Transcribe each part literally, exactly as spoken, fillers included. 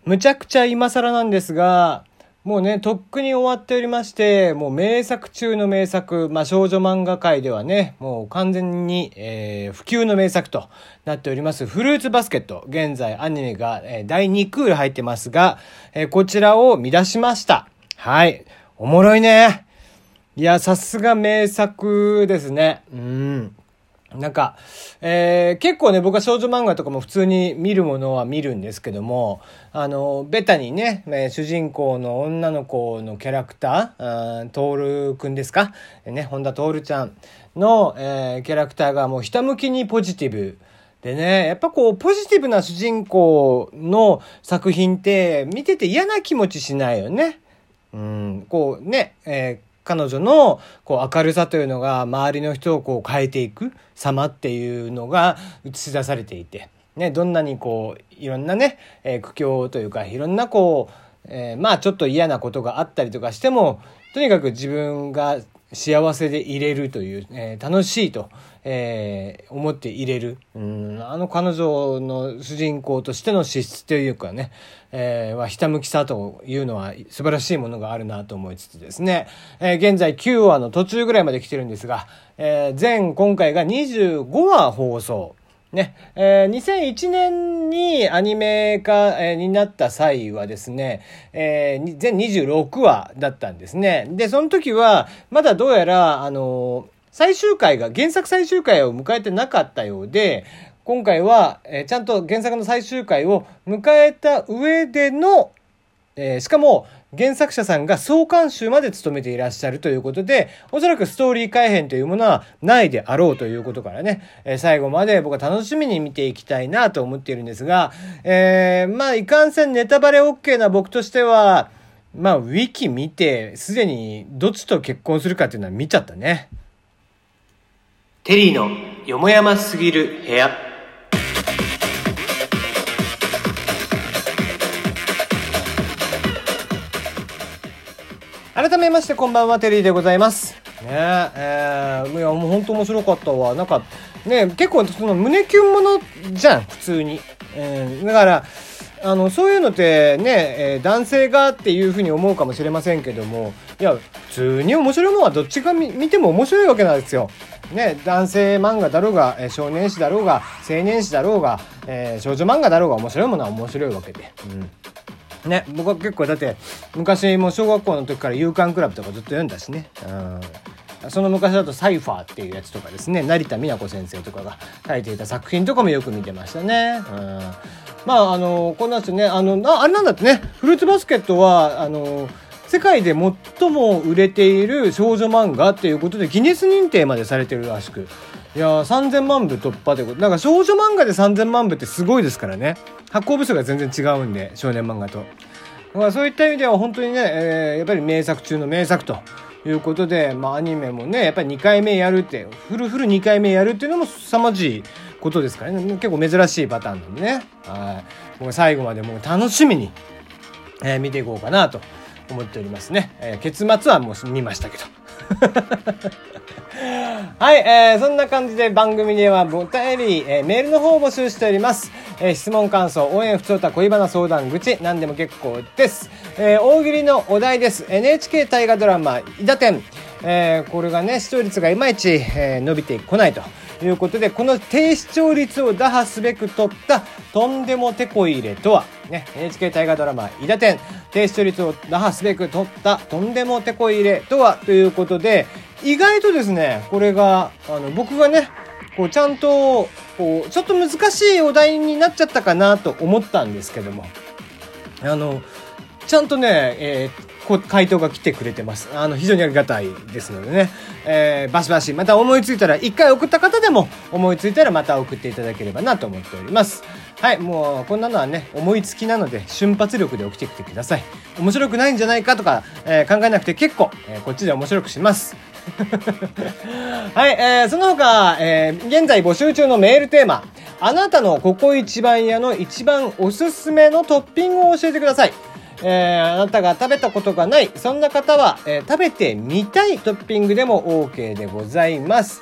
むちゃくちゃ今更なんですが、もうね、とっくに終わっておりまして、もう名作中の名作、まあ少女漫画界ではね、もう完全に、えー、不朽の名作となっておりますフルーツバスケット。現在アニメが、えー、だいにクール入ってますが、えー、こちらを見出しました。はい。おもろいね。いや、さすが名作ですね。うん。なんか、えー、結構ね、僕は少女漫画とかも普通に見るものは見るんですけども、あの、ベタにね、えー、主人公の女の子のキャラクター、トールくんですかね、本田トールちゃんの、えー、キャラクターがもうひたむきにポジティブ。でね、やっぱこう、ポジティブな主人公の作品って見てて嫌な気持ちしないよね。うん、こうね、えー彼女のこう明るさというのが周りの人をこう変えていく様っていうのが映し出されていて、ね、どんなにこういろんなね、えー、苦境というかいろんなこう、えー、まあちょっと嫌なことがあったりとかしても、とにかく自分が幸せでいれるという、えー、楽しいと、えー、思っていれる、うん、あの彼女の主人公としての資質というかね、えー、はひたむきさというのは素晴らしいものがあるなと思いつつですね、えー、現在きゅうわの途中ぐらいまで来てるんですが、えー、全今回がにじゅうごわ放送ね、えー、にせんいちねんにアニメ化、えー、になった際はですね、えー、全にじゅうろくわだったんですね。で、その時は、まだどうやら、あのー、最終回が、原作最終回を迎えてなかったようで、今回は、えー、ちゃんと原作の最終回を迎えた上での、えー、しかも原作者さんが総監修まで務めていらっしゃるということで、おそらくストーリー改編というものはないであろうということからね、えー、最後まで僕は楽しみに見ていきたいなと思っているんですが、えー、まあいかんせんネタバレ OK な僕としては、まあウィキ見てすでにどっちと結婚するかっていうのは見ちゃったね。テリーのよもやますぎる部屋。改めましてこんばんは、テリーでございますね。えー、いやもう本当面白かったわ。なんかね、結構その胸キュンものじゃん普通に、えー、だからあのそういうのってね、えー、男性がっていう風に思うかもしれませんけども、いや普通に面白いものはどっちが 見, 見ても面白いわけなんですよね。男性漫画だろうが、えー、少年誌だろうが青年誌だろうが、えー、少女漫画だろうが面白いものは面白いわけで、うんね、僕は結構だって昔も小学校の時から夕刊クラブとかずっと読んだしね、うん、その昔だとサイファーっていうやつとかですね、成田美奈子先生とかが書いていた作品とかもよく見てましたね、うん、まああのこんなんですね、あのああれなんだってね、フルーツバスケットはあの世界で最も売れている少女漫画っていうことでギネス認定までされてるらしく、いやさんぜんまんぶ突破ということだから、少女漫画でさんぜんまんぶってすごいですからね。発行部数が全然違うんで、少年漫画と。だからそういった意味では本当にね、えー、やっぱり名作中の名作ということで、まあアニメもねやっぱりにかいめやるって、フルフルにかいめやるっていうのも凄まじいことですからね。結構珍しいパターンなんでね、はい、僕最後までもう楽しみに、えー、見ていこうかなと思っておりますね、えー、結末はもう見ましたけどはい、えー、そんな感じで番組ではお便り、えー、メールの方を募集しております、えー、質問感想応援ふつおた恋バナ相談口何でも結構です、えー、大喜利のお題です。 エヌエイチケー 大河ドラマ「いだてん」、えー、これがね視聴率がいまいち、えー、伸びてこないということで、この低視聴率を打破すべく取ったとんでもてこ入れとは、ね、エヌエイチケー 大河ドラマ「いだてん」低視聴率を打破すべく取ったとんでもてこ入れとはということで、意外とですねこれがあの僕がねこうちゃんとこうちょっと難しいお題になっちゃったかなと思ったんですけども、あのちゃんとね、えー、回答が来てくれてます。あの非常にありがたいですのでね、えー、バシバシまた思いついたら一回送った方でも思いついたらまた送っていただければなと思っております。はい、もうこんなのはね思いつきなので瞬発力で起きてきてください。面白くないんじゃないかとか、えー、考えなくて結構、えー、こっちで面白くしますはい、えー、その他、えー、現在募集中のメールテーマ、あなたのここ一番屋の一番おすすめのトッピングを教えてください。えー、あなたが食べたことがない、そんな方は、えー、食べてみたいトッピングでも OK でございます。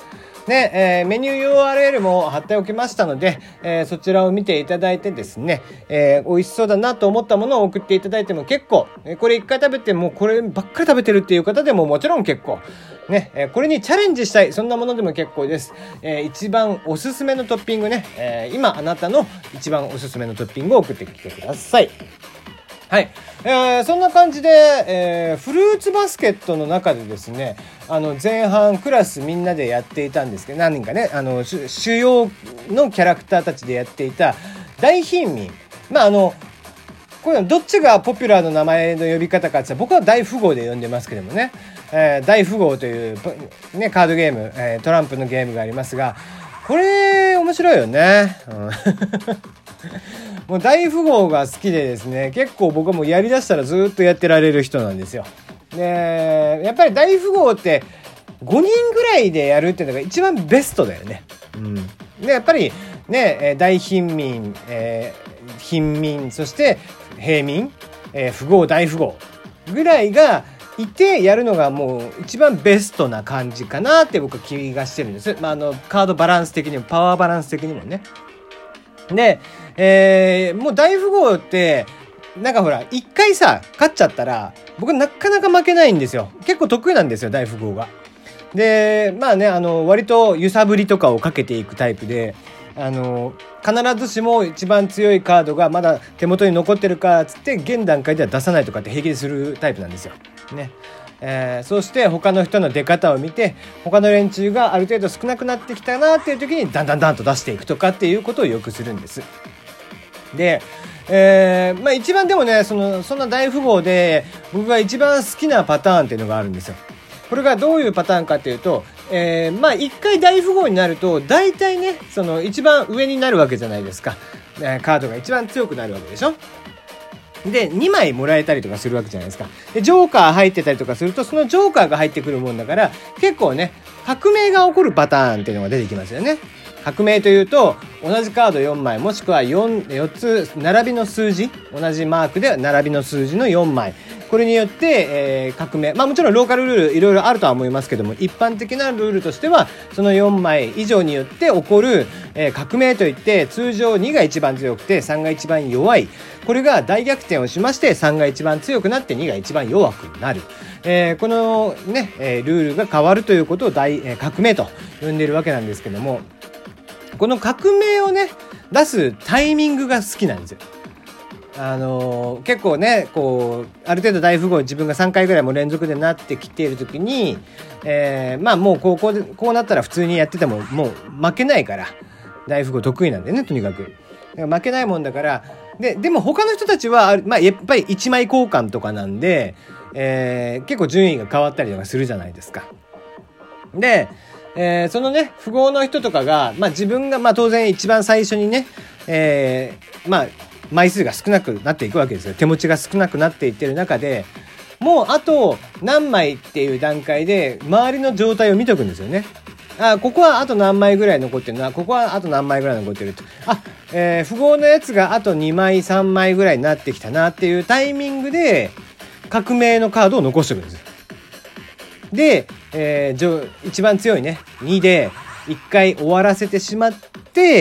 ね、えー、メニュー ユーアールエル も貼っておきましたので、えー、そちらを見ていただいてですね、えー、美味しそうだなと思ったものを送っていただいても結構、えー、これ一回食べてもうこればっかり食べてるっていう方でももちろん結構ね、えー、これにチャレンジしたいそんなものでも結構です。えー、一番おすすめのトッピングね、えー、今あなたの一番おすすめのトッピングを送ってきてください。はい、えー、そんな感じで、えー、フルーツバスケットの中でですね、あの前半クラスみんなでやっていたんですけど、何人かね、あの主要のキャラクターたちでやっていた大貧民、まああのこういうのどっちがポピュラーの名前の呼び方かって言ったら僕は大富豪で呼んでますけどもね、えー、大富豪という、ね、カードゲーム、えー、トランプのゲームがありますが、これ面白いよね、うんもう大富豪が好きでですね、結構僕はもうやりだしたらずっとやってられる人なんですよ。でやっぱり大富豪ってごにんぐらいでやるっていうのが一番ベストだよね。うん、でやっぱりね、大貧民、えー、貧民、そして平民、えー、富豪大富豪ぐらいがいてやるのがもう一番ベストな感じかなって僕は気がしてるんです。まあ、あのカードバランス的にもパワーバランス的にもね。で、えー、もう大富豪ってなんかほら一回さ勝っちゃったら僕なかなか負けないんですよ。結構得意なんですよ、大富豪が。でまあね、あの割と揺さぶりとかをかけていくタイプで、あの必ずしも一番強いカードがまだ手元に残ってるからっつって現段階では出さないとかって平気でするタイプなんですよね。えー、そして他の人の出方を見て他の連中がある程度少なくなってきたなっていう時にだんだんだんと出していくとかっていうことをよくするんです。で、えーまあ、一番でもね、そのそんな大富豪で僕が一番好きなパターンっていうのがあるんですよ。これがどういうパターンかっていうと、えー、まあ一回大富豪になると大体ね、その一番上になるわけじゃないですか。カードが一番強くなるわけでしょ。でにまいもらえたりとかするわけじゃないですか。でジョーカー入ってたりとかすると、そのジョーカーが入ってくるもんだから結構ね、革命が起こるパターンっていうのが出てきますよね。革命というと同じカードよんまいもしくは 4, よっつ並びの数字、同じマークで並びの数字のよんまい、これによって、えー、革命、まあもちろんローカルルールいろいろあるとは思いますけども、一般的なルールとしてはそのよんまい以上によって起こる、えー、革命といって、通常にが一番強くてさんが一番弱い、これが大逆転をしましてさんが一番強くなってにが一番弱くなる、えー、このね、えー、ルールが変わるということを大、えー、革命と呼んでいるわけなんですけども、この革命をね出すタイミングが好きなんですよ。あのー、結構ね、こうある程度大富豪自分がさんかいぐらいも連続でなってきている時に、えー、まあもうこうこうでこうなったら普通にやっててももう負けないから、大富豪得意なんでね、とにかく負けないもんだから。ででも他の人たちは、まあ、やっぱりいちまい交換とかなんで、えー、結構順位が変わったりとかするじゃないですか。でえー、そのね富豪の人とかが、まあ、自分が、まあ、当然一番最初にね、えー、まあ枚数が少なくなっていくわけですよ。手持ちが少なくなっていってる中で、もうあと何枚っていう段階で周りの状態を見とくんですよね。あ、ここはあと何枚ぐらい残ってるな、ここはあと何枚ぐらい残ってると、あ、えー、富豪のやつがあとにまいさんまいぐらいになってきたなっていうタイミングで革命のカードを残しておくんですよ。で、えー、一番強いねにでいっかい終わらせてしまって、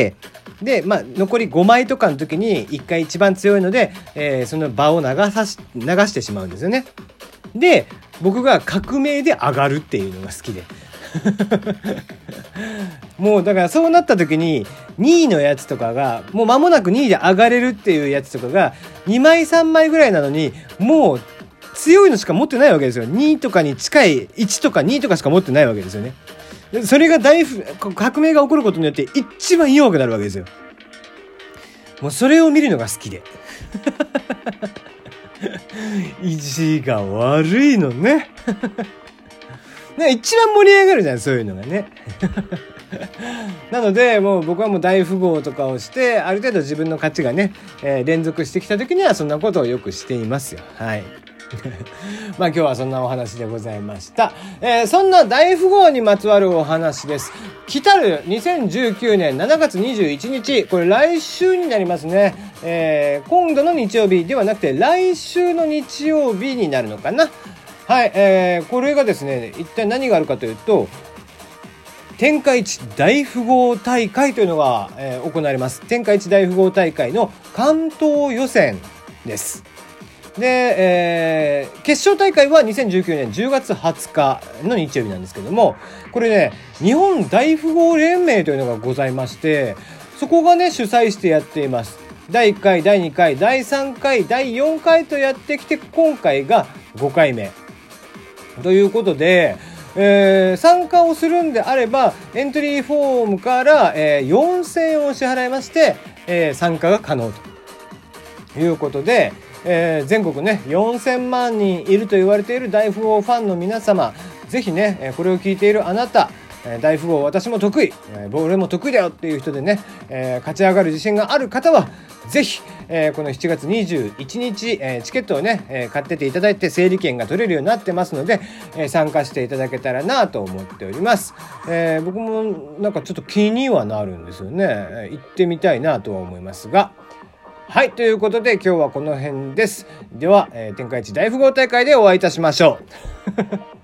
で、まあ、残りごまいとかの時にいっかい一番強いので、えー、その場を流さし流してしまうんですよね。で僕が革命で上がるっていうのが好きでもうだからそうなった時ににいのやつとかがもう間もなくにいで上がれるっていうやつとかがにまいさんまいぐらいなのに、もう強いのしか持ってないわけですよ。にとかに近いいちとかにとかしか持ってないわけですよね。それが大革命が起こることによって一番弱くなるわけですよ。もうそれを見るのが好きで意地が悪いのねね、一番盛り上がるじゃん、そういうのがねなのでもう僕はもう大富豪とかをして、ある程度自分の勝ちがね、えー、連続してきた時にはそんなことをよくしていますよ。はいまあ今日はそんなお話でございました。えー、そんな大富豪にまつわるお話です。来たるにせんじゅうきゅうねんしちがつにじゅういちにち、これ来週になりますね。えー、今度の日曜日ではなくて来週の日曜日になるのかな。はい、えー、これがですね、一体何があるかというと、 天下一大富豪大会というのが、えー、行われます。天下一大富豪大会の関東予選です。で、えー、決勝大会はにせんじゅうきゅうねんじゅうがつはつかの日曜日なんですけども、これね、日本大富豪連盟というのがございまして、そこがね主催してやっています。だいいっかい、だいにかい、だいさんかい、だいよんかいとやってきて、今回がごかいめということで、えー、参加をするんであればエントリーフォームから、えー、よんせんえんを支払いまして、えー、参加が可能ということで、えー、全国ねよんせんまんにんいると言われている大富豪ファンの皆様、ぜひねこれを聞いているあなた、大富豪私も得意、俺も得意だよっていう人でね、えー、勝ち上がる自信がある方はぜひ、えー、このしちがつにじゅういちにち、えー、チケットをね、えー、買ってていただいて整理券が取れるようになってますので、えー、参加していただけたらなと思っております。えー、僕もなんかちょっと気にはなるんですよね。行ってみたいなとは思いますが、はい、ということで今日はこの辺です。では、えー、天下一大富豪大会でお会いいたしましょう。